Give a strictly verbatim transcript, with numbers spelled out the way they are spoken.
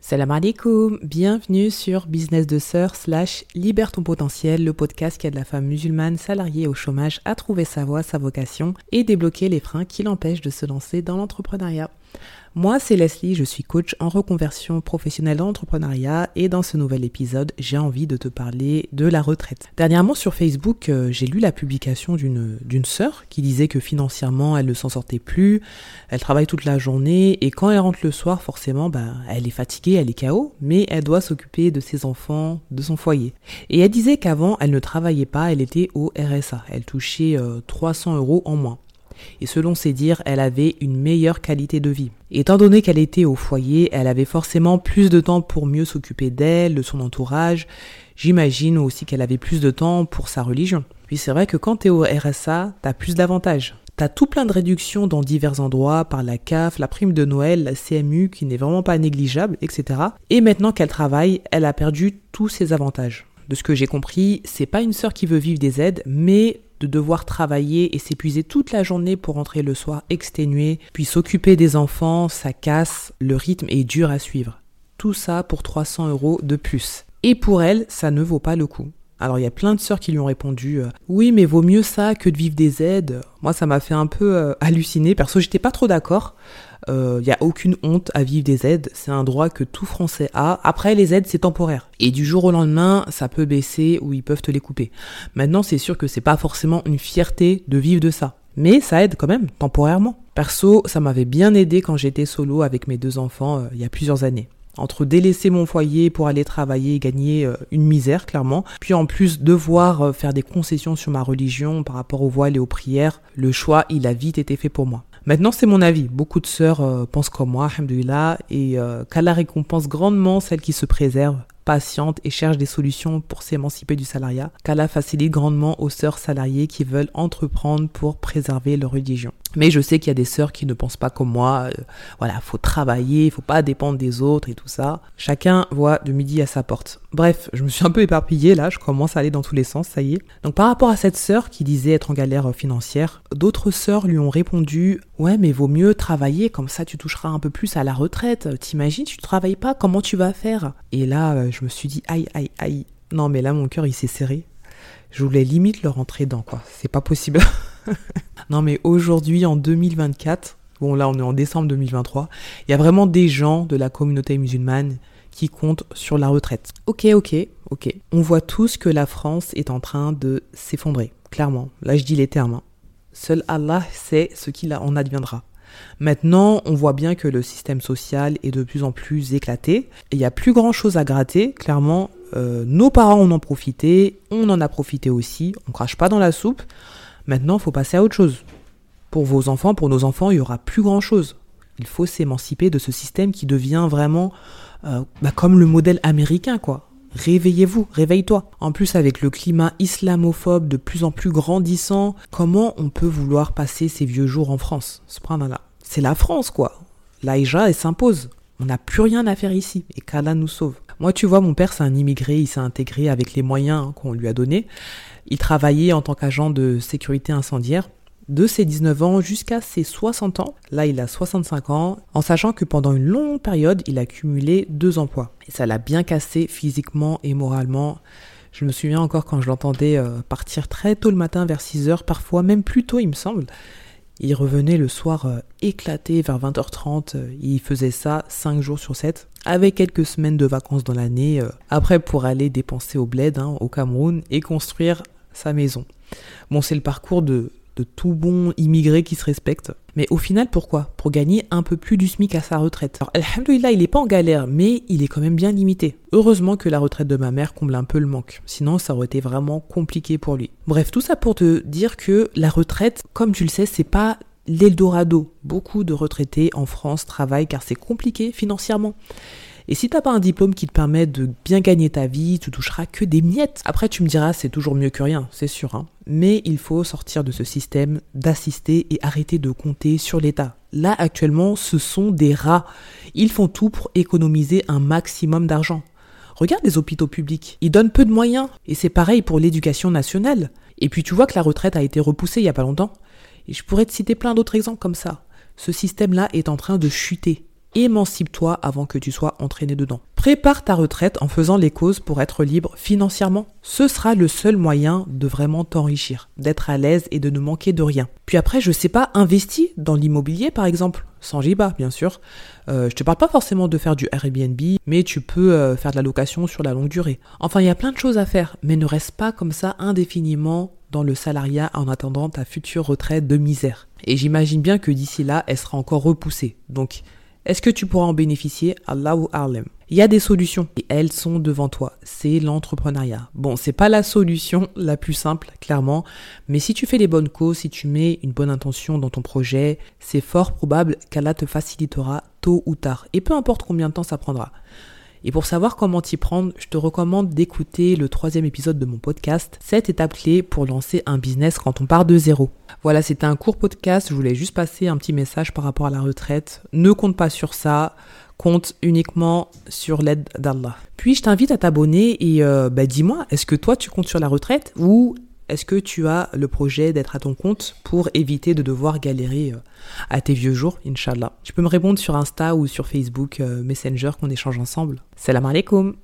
Salam alaikum, bienvenue sur Business de Sœur slash Libère ton potentiel, le podcast qui aide la femme musulmane salariée au chômage à trouver sa voie, sa vocation et débloquer les freins qui l'empêchent de se lancer dans l'entrepreneuriat. Moi, c'est Leslie, je suis coach en reconversion professionnelle dans l'entrepreneuriat et dans ce nouvel épisode, j'ai envie de te parler de la retraite. Dernièrement sur Facebook, euh, j'ai lu la publication d'une, d'une sœur qui disait que financièrement, elle ne s'en sortait plus, elle travaille toute la journée et quand elle rentre le soir, forcément, bah, elle est fatiguée, elle est K O, mais elle doit s'occuper de ses enfants, de son foyer. Et elle disait qu'avant, elle ne travaillait pas, elle était au R S A, elle touchait euh, trois cents euros en moins. Et selon ses dires, elle avait une meilleure qualité de vie. Étant donné qu'elle était au foyer, elle avait forcément plus de temps pour mieux s'occuper d'elle, de son entourage. J'imagine aussi qu'elle avait plus de temps pour sa religion. Puis c'est vrai que quand t'es au R S A, t'as plus d'avantages. T'as tout plein de réductions dans divers endroits, par la C A F, la prime de Noël, la C M U qui n'est vraiment pas négligeable, et cetera. Et maintenant qu'elle travaille, elle a perdu tous ses avantages. De ce que j'ai compris, c'est pas une sœur qui veut vivre des aides, mais de devoir travailler et s'épuiser toute la journée pour rentrer le soir exténué, puis s'occuper des enfants, ça casse, le rythme est dur à suivre. Tout ça pour trois cents euros de plus. Et pour elle, ça ne vaut pas le coup. Alors il y a plein de sœurs qui lui ont répondu euh, « Oui, mais vaut mieux ça que de vivre des aides ». Moi, ça m'a fait un peu euh, halluciner. Perso, j'étais pas trop d'accord. Il euh, n'y a aucune honte à vivre des aides. C'est un droit que tout Français a. Après, les aides, c'est temporaire. Et du jour au lendemain, ça peut baisser ou ils peuvent te les couper. Maintenant, c'est sûr que c'est pas forcément une fierté de vivre de ça. Mais ça aide quand même, temporairement. Perso, ça m'avait bien aidé quand j'étais solo avec mes deux enfants euh, il y a plusieurs années. Entre délaisser mon foyer pour aller travailler et gagner euh, une misère, clairement, puis en plus devoir euh, faire des concessions sur ma religion par rapport au voile et aux prières, le choix, il a vite été fait pour moi. Maintenant, c'est mon avis. Beaucoup de sœurs euh, pensent comme moi, alhamdoulilah, et euh, qu'Allah récompense grandement celles qui se préservent, patientes et cherchent des solutions pour s'émanciper du salariat. Qu'Allah facilite grandement aux sœurs salariées qui veulent entreprendre pour préserver leur religion. Mais je sais qu'il y a des sœurs qui ne pensent pas comme moi. Euh, voilà, faut travailler, faut pas dépendre des autres et tout ça. Chacun voit de midi à sa porte. Bref, je me suis un peu éparpillée là, je commence à aller dans tous les sens, ça y est. Donc par rapport à cette sœur qui disait être en galère financière, d'autres sœurs lui ont répondu « Ouais, mais vaut mieux travailler, comme ça tu toucheras un peu plus à la retraite. T'imagines, tu ne travailles pas, comment tu vas faire ?» Et là, je me suis dit « Aïe, aïe, aïe. » Non mais là, mon cœur, il s'est serré. Je voulais limite le rentrer dedans, quoi. C'est pas possible. Non mais aujourd'hui, en deux mille vingt-quatre, bon là on est en décembre deux mille vingt-trois, il y a vraiment des gens de la communauté musulmane qui comptent sur la retraite. Ok, ok, ok. On voit tous que la France est en train de s'effondrer, clairement. Là je dis les termes. Hein. Seul Allah sait ce qu'il en adviendra. Maintenant, on voit bien que le système social est de plus en plus éclaté. Et il n'y a plus grand chose à gratter, clairement. Euh, nos parents en ont profité, on en a profité aussi, on crache pas dans la soupe. Maintenant, il faut passer à autre chose. Pour vos enfants, pour nos enfants, il n'y aura plus grand-chose. Il faut s'émanciper de ce système qui devient vraiment euh, bah, comme le modèle américain, quoi. Réveillez-vous, réveille-toi. En plus, avec le climat islamophobe de plus en plus grandissant, comment on peut vouloir passer ces vieux jours en France ? Subhanallah. C'est la France, quoi. L'Aïja, elle s'impose. On n'a plus rien à faire ici. Et qu'Allah nous sauve. Moi, tu vois, mon père, c'est un immigré. Il s'est intégré avec les moyens hein, qu'on lui a donnés. Il travaillait en tant qu'agent de sécurité incendiaire de ses dix-neuf ans jusqu'à ses soixante ans. Là, il a soixante-cinq ans, en sachant que pendant une longue période, il a cumulé deux emplois. Et ça l'a bien cassé physiquement et moralement. Je me souviens encore quand je l'entendais euh, partir très tôt le matin vers six heures, parfois même plus tôt, il me semble. Il revenait le soir euh, éclaté vers vingt heures trente. Euh, il faisait ça cinq jours sur sept, avec quelques semaines de vacances dans l'année. Euh, après, pour aller dépenser au bled, hein, au Cameroun, et construire sa maison. Bon, c'est le parcours de, de tout bon immigré qui se respecte. Mais au final, pourquoi ? Pour gagner un peu plus du SMIC à sa retraite. Alors, alhamdoulilah, il est pas en galère, mais il est quand même bien limité. Heureusement que la retraite de ma mère comble un peu le manque. Sinon, ça aurait été vraiment compliqué pour lui. Bref, tout ça pour te dire que la retraite, comme tu le sais, c'est pas l'Eldorado. Beaucoup de retraités en France travaillent car c'est compliqué financièrement. Et si t'as pas un diplôme qui te permet de bien gagner ta vie, tu toucheras que des miettes. Après, tu me diras, c'est toujours mieux que rien, c'est sûr. Hein. Mais il faut sortir de ce système d'assister et arrêter de compter sur l'État. Là, actuellement, ce sont des rats. Ils font tout pour économiser un maximum d'argent. Regarde les hôpitaux publics. Ils donnent peu de moyens. Et c'est pareil pour l'éducation nationale. Et puis tu vois que la retraite a été repoussée il y a pas longtemps. Et je pourrais te citer plein d'autres exemples comme ça. Ce système-là est en train de chuter. émancipe-toi avant que tu sois entraîné dedans. Prépare ta retraite en faisant les causes pour être libre financièrement. Ce sera le seul moyen de vraiment t'enrichir, d'être à l'aise et de ne manquer de rien. Puis après, je sais pas, investis dans l'immobilier par exemple, sans riba bien sûr. Euh, je te parle pas forcément de faire du Airbnb, mais tu peux euh, faire de la location sur la longue durée. Enfin, il y a plein de choses à faire, mais ne reste pas comme ça indéfiniment dans le salariat en attendant ta future retraite de misère. Et j'imagine bien que d'ici là, elle sera encore repoussée. Donc, est-ce que tu pourras en bénéficier? Allahu a'lam. Il y a des solutions et elles sont devant toi. C'est l'entrepreneuriat. Bon, c'est pas la solution la plus simple, clairement, mais si tu fais les bonnes causes, si tu mets une bonne intention dans ton projet, c'est fort probable qu'Allah te facilitera tôt ou tard. Et peu importe combien de temps ça prendra. Et pour savoir comment t'y prendre, je te recommande d'écouter le troisième épisode de mon podcast, sept étapes clés pour lancer un business quand on part de zéro. Voilà, c'était un court podcast, je voulais juste passer un petit message par rapport à la retraite. Ne compte pas sur ça, compte uniquement sur l'aide d'Allah. Puis je t'invite à t'abonner et euh, bah, dis-moi, est-ce que toi tu comptes sur la retraite ou est-ce que tu as le projet d'être à ton compte pour éviter de devoir galérer à tes vieux jours, Inch'Allah? Tu peux me répondre sur Insta ou sur Facebook, euh, Messenger, qu'on échange ensemble. Salam alaikum.